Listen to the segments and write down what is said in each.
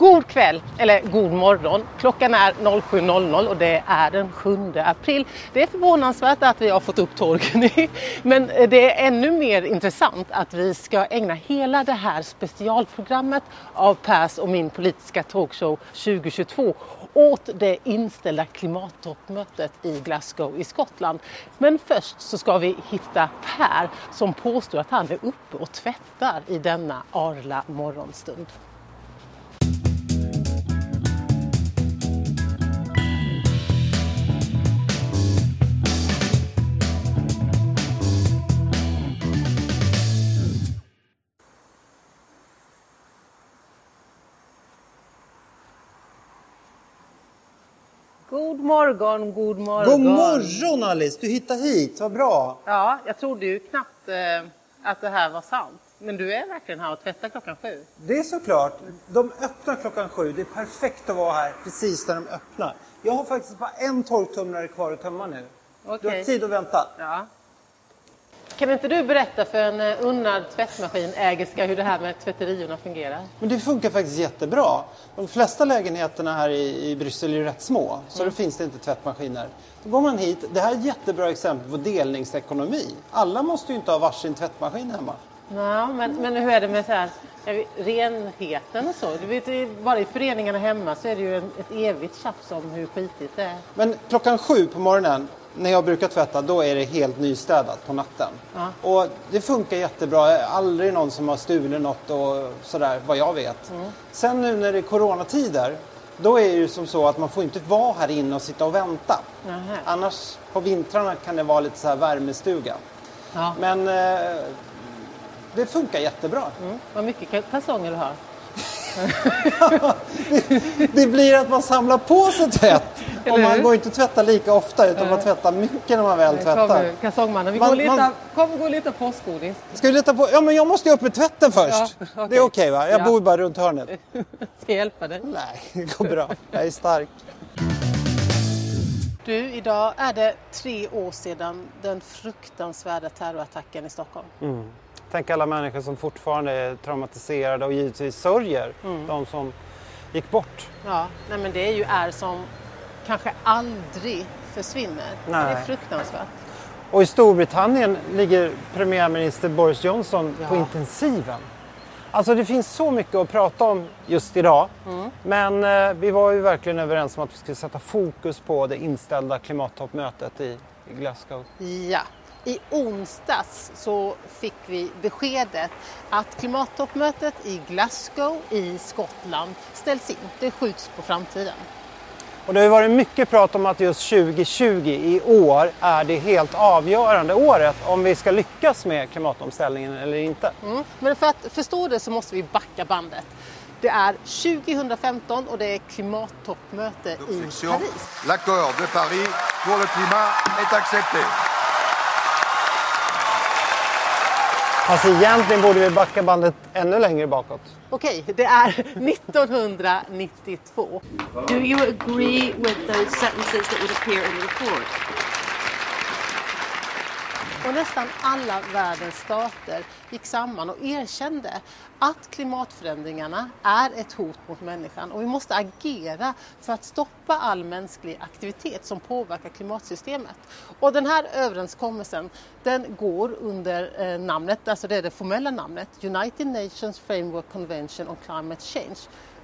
God kväll, eller god morgon. Klockan är 07.00 och det är den 7 april. Det är förvånansvärt att vi har fått upp Torgny, men det är ännu mer intressant att vi ska ägna hela det här specialprogrammet av Pers och min politiska talkshow 2022 åt det inställda klimattoppmötet i Glasgow i Skottland. Men först så ska vi hitta Per som påstår att han är uppe och tvättar i denna arla morgonstund. God morgon, god morgon. God morgon Alice, du hittar hit, vad bra. Ja, jag trodde ju knappt att det här var sant. Men du är verkligen här och tvättar klockan 7. Det är såklart, de öppnar klockan 7, det är perfekt att vara här precis när de öppnar. Jag har faktiskt bara en torktumlare kvar att tömma nu. Okej. Du har tid att vänta. Ja. Kan inte du berätta för en unnad tvättmaskinägerska hur det här med tvätterierna fungerar? Men det funkar faktiskt jättebra. De flesta lägenheterna här i Bryssel är rätt små, så då finns det inte tvättmaskiner. Då går man hit, det här är ett jättebra exempel på delningsekonomi. Alla måste ju inte ha varsin tvättmaskin hemma. Ja, men hur är det med så här, renheten och så? Du vet, bara i föreningarna hemma så är det ju ett evigt tjafs om hur skitigt det är. Men klockan 7 på morgonen, när jag brukar tvätta, då är det helt nystädat på natten. Ja. Och det funkar jättebra. Aldrig någon som har stulit något och sådär, vad jag vet. Sen nu när det är coronatider, då är det ju som så att man får inte vara här inne och sitta och vänta. Nähä. Annars på vintrarna kan det vara lite så här värmestuga. Ja. Men det funkar jättebra. Vad mycket kalsonger du har. Det blir att man samlar på sig tvätt. Och man går inte att tvätta lika ofta, utan man tvättar mycket när man väl tvättar. Kalsongmannen, vi kommer gå lite påskådning. Ska vi leta på? Ja, men jag måste ju upp med tvätten först. Ja, okay. Det är okej, va? Jag bor bara runt hörnet. Ska jag hjälpa dig? Nej, det går bra. Jag är stark. Du, idag är det 3 år sedan den fruktansvärda terrorattacken i Stockholm. Tänk alla människor som fortfarande är traumatiserade och givetvis sörjer de som gick bort. Ja, nej, men det är ju som kanske aldrig försvinner. Nej. Det är fruktansvärt. Och i Storbritannien ligger premiärminister Boris Johnson på intensiven. Alltså det finns så mycket att prata om just idag. Men vi var ju verkligen överens om att vi skulle sätta fokus på det inställda klimattoppmötet i Glasgow. Ja. I onsdags så fick vi beskedet att klimattoppmötet i Glasgow i Skottland ställs in. Det skjuts på framtiden. Och det har varit mycket prat om att just 2020 i år är det helt avgörande året om vi ska lyckas med klimatomställningen eller inte. Men för att förstå det så måste vi backa bandet. Det är 2015 och det är klimattoppmöte i Paris. L'accord de Paris pour le climat est accepté. Alltså egentligen borde vi backa bandet ännu längre bakåt. Okej, det är 1992. Do you agree with those sentences that would appear in the report? Och nästan alla världens stater gick samman och erkände att klimatförändringarna är ett hot mot människan och vi måste agera för att stoppa all mänsklig aktivitet som påverkar klimatsystemet. Och den här överenskommelsen, den går under namnet, alltså det är det formella namnet, United Nations Framework Convention on Climate Change,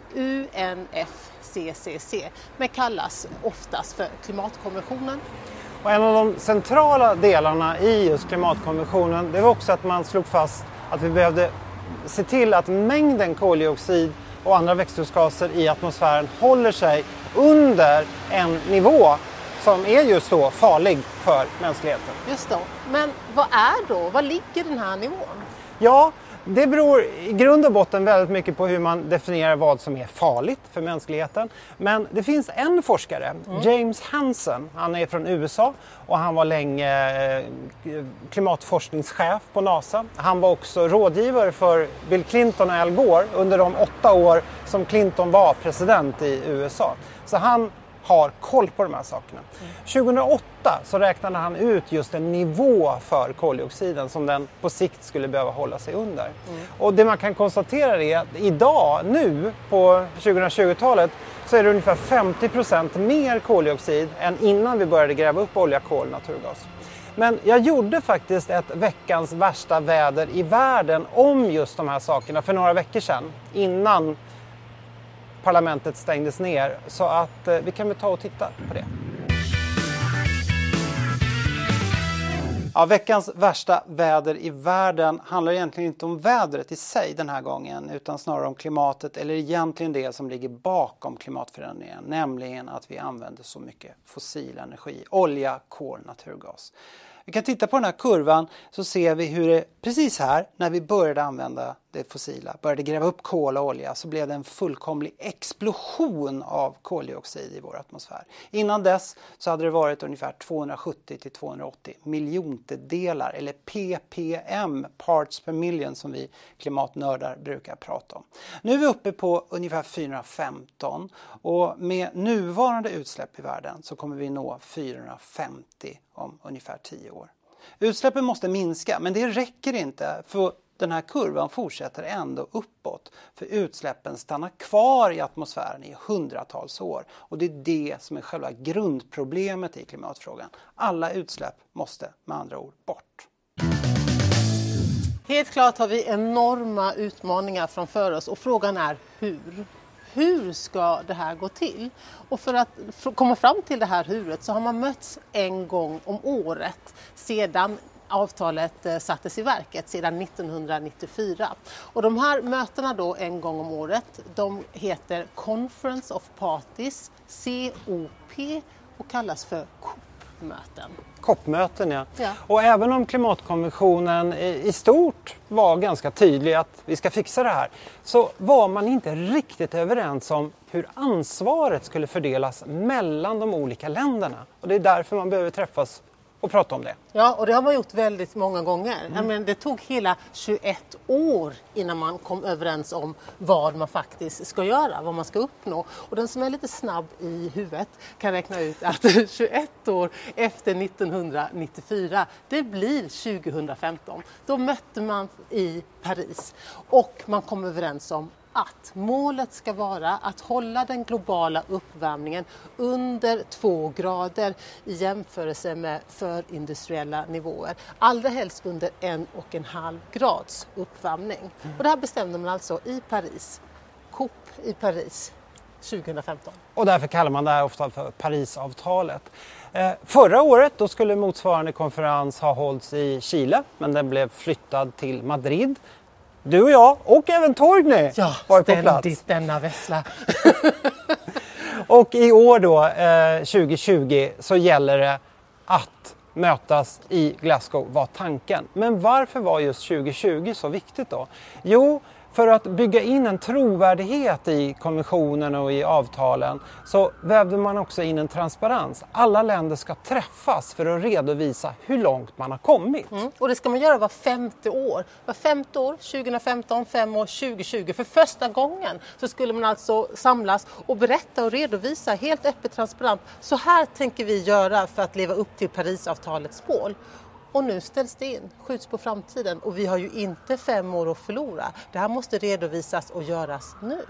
UNFCCC, men kallas oftast för klimatkonventionen. Och en av de centrala delarna i just klimatkonventionen, det var också att man slog fast att vi behövde se till att mängden koldioxid och andra växthusgaser i atmosfären håller sig under en nivå som är just då farlig för mänskligheten. Just då. Men vad ligger den här nivån? Ja, det beror i grund och botten väldigt mycket på hur man definierar vad som är farligt för mänskligheten. Men det finns en forskare, James Hansen, han är från USA och han var länge klimatforskningschef på NASA. Han var också rådgivare för Bill Clinton och Al Gore under de 8 år som Clinton var president i USA. Så han har koll på de här sakerna. 2008 så räknade han ut just en nivå för koldioxiden som den på sikt skulle behöva hålla sig under. Och det man kan konstatera är att idag, nu på 2020-talet, så är det ungefär 50% mer koldioxid än innan vi började gräva upp olja, kol, naturgas. Men jag gjorde faktiskt ett veckans värsta väder i världen om just de här sakerna för några veckor sedan, innan parlamentet stängdes ner. Så att vi kan väl ta och titta på det. Ja, veckans värsta väder i världen handlar egentligen inte om vädret i sig den här gången, utan snarare om klimatet, eller egentligen det som ligger bakom klimatförändringen, nämligen att vi använder så mycket fossil energi, olja, kol, naturgas. Vi kan titta på den här kurvan, så ser vi hur det precis här, när vi började använda det fossila, började gräva upp kol och olja, så blev det en fullkomlig explosion av koldioxid i vår atmosfär. Innan dess så hade det varit ungefär 270-280 miljondelar, eller ppm, parts per million, som vi klimatnördar brukar prata om. Nu är vi uppe på ungefär 415, och med nuvarande utsläpp i världen så kommer vi nå 450 om ungefär 10 år. Utsläppen måste minska, men det räcker inte, för den här kurvan fortsätter ändå uppåt, för utsläppen stannar kvar i atmosfären i hundratals år. Och det är det som är själva grundproblemet i klimatfrågan. Alla utsläpp måste med andra ord bort. Helt klart har vi enorma utmaningar framför oss, och frågan är hur. Hur ska det här gå till? Och för att komma fram till det här huret så har man mötts en gång om året sedan avtalet sattes i verket, sedan 1994. Och de här mötena då en gång om året, de heter Conference of Parties, COP, och kallas för COP-möten. COP-möten, ja. Och även om klimatkonventionen i stort var ganska tydlig att vi ska fixa det här, så var man inte riktigt överens om hur ansvaret skulle fördelas mellan de olika länderna. Och det är därför man behöver träffas och prata om det. Ja, och det har man gjort väldigt många gånger. Jag menar, det tog hela 21 år innan man kom överens om vad man faktiskt ska göra, vad man ska uppnå. Och den som är lite snabb i huvudet kan räkna ut att 21 år efter 1994, det blir 2015. Då mötte man i Paris och man kom överens om att målet ska vara att hålla den globala uppvärmningen under 2 grader i jämförelse med förindustriella nivåer. Allra helst under 1,5 grads uppvärmning. Och det här bestämde man alltså i Paris, COP i Paris 2015. Och därför kallar man det här ofta för Parisavtalet. Förra året då skulle motsvarande konferens ha hållits i Chile, men den blev flyttad till Madrid. Du och jag, och även Torgny, var på plats. Ständigt denna vessla. Och i år då, 2020, så gäller det att mötas i Glasgow, var tanken. Men varför var just 2020 så viktigt då? Jo, för att bygga in en trovärdighet i konventionen och i avtalen så vävde man också in en transparens. Alla länder ska träffas för att redovisa hur långt man har kommit. Och det ska man göra var 5:e år. Var 5:e år, 2015, 5 år, 2020. För första gången så skulle man alltså samlas och berätta och redovisa helt öppet transparent. Så här tänker vi göra för att leva upp till Parisavtalets mål. Och nu ställs det in, skjuts på framtiden, och vi har ju inte 5 år att förlora. Det här måste redovisas och göras nu.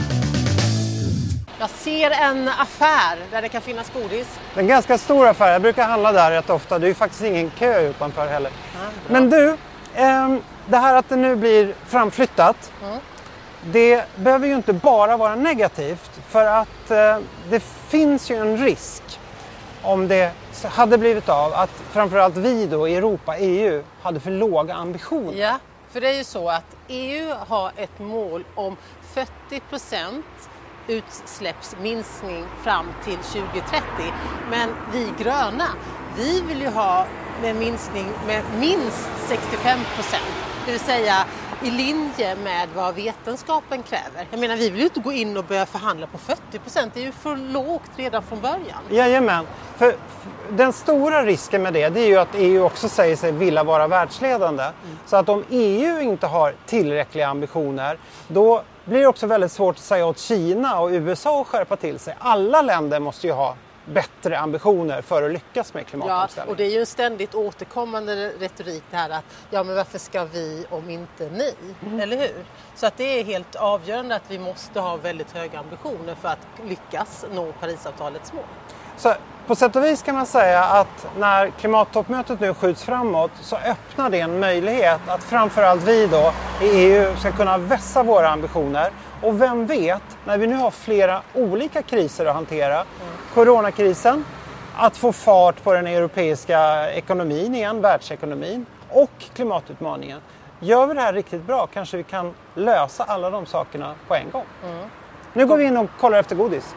Jag ser en affär där det kan finnas godis. Det är en ganska stor affär, jag brukar handla där rätt ofta. Det är ju faktiskt ingen kö utanför heller. Men du, det här att det nu blir framflyttat, det behöver ju inte bara vara negativt. För att det finns ju en risk om det hade blivit av att framförallt vi då i Europa, EU, hade för låga ambitioner. Ja, för det är ju så att EU har ett mål om 40% utsläppsminskning fram till 2030. Men vi gröna, vi vill ju ha en minskning med minst 65%. Det vill säga i linje med vad vetenskapen kräver. Jag menar, vi vill ju inte gå in och börja förhandla på 40%. Det är ju för lågt redan från början. Jajamän. För den stora risken med det är ju att EU också säger sig vilja vara världsledande. Så att om EU inte har tillräckliga ambitioner, då blir också väldigt svårt att säga åt Kina och USA att skärpa till sig. Alla länder måste ju ha bättre ambitioner för att lyckas med klimatomställningen. Och det är ju en ständigt återkommande retorik det här att ja, men varför ska vi om inte ni? Eller hur? Så att det är helt avgörande att vi måste ha väldigt höga ambitioner för att lyckas nå Parisavtalets mål. Så på sätt och vis kan man säga att när klimattoppmötet nu skjuts framåt så öppnar det en möjlighet att framförallt vi då i EU ska kunna vässa våra ambitioner. Och vem vet, när vi nu har flera olika kriser att hantera, coronakrisen, att få fart på den europeiska ekonomin igen, världsekonomin, och klimatutmaningen. Gör vi det här riktigt bra kanske vi kan lösa alla de sakerna på en gång. Nu går vi in och kollar efter godis.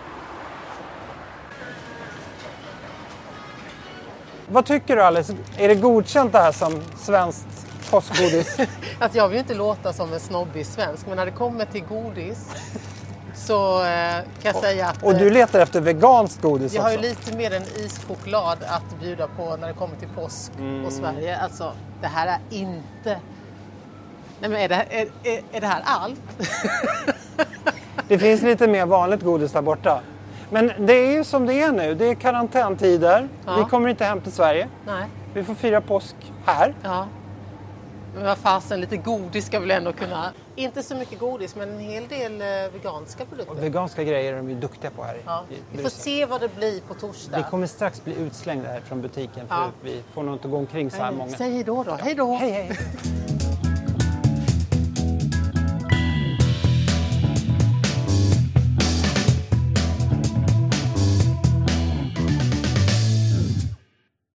Vad tycker du, Alice? Är det godkänt det här som svenskt påskgodis? Att jag vill inte låta som en snobbig svensk, men när det kommer till godis så kan jag säga att... Och du letar efter veganskt godis jag också? har ju lite mer än ischoklad att bjuda på när det kommer till påsk och Sverige. Alltså, det här är inte... Nej, men är det här allt? Det finns lite mer vanligt godis där borta. Men det är ju som det är nu. Det är karantäntider. Ja. Vi kommer inte hem till Sverige. Nej. Vi får fira påsk här. Ja. Men vad fasen, lite godis ska väl ändå kunna... Inte så mycket godis, men en hel del veganska produkter. Och veganska grejer är de ju duktiga på här i Vi får Bryssel. se vad det blir på torsdag. Vi kommer strax bli utslängda här från butiken. För vi får nog inte gå omkring så här många. Säg hej då. Hej då. Hej, hej.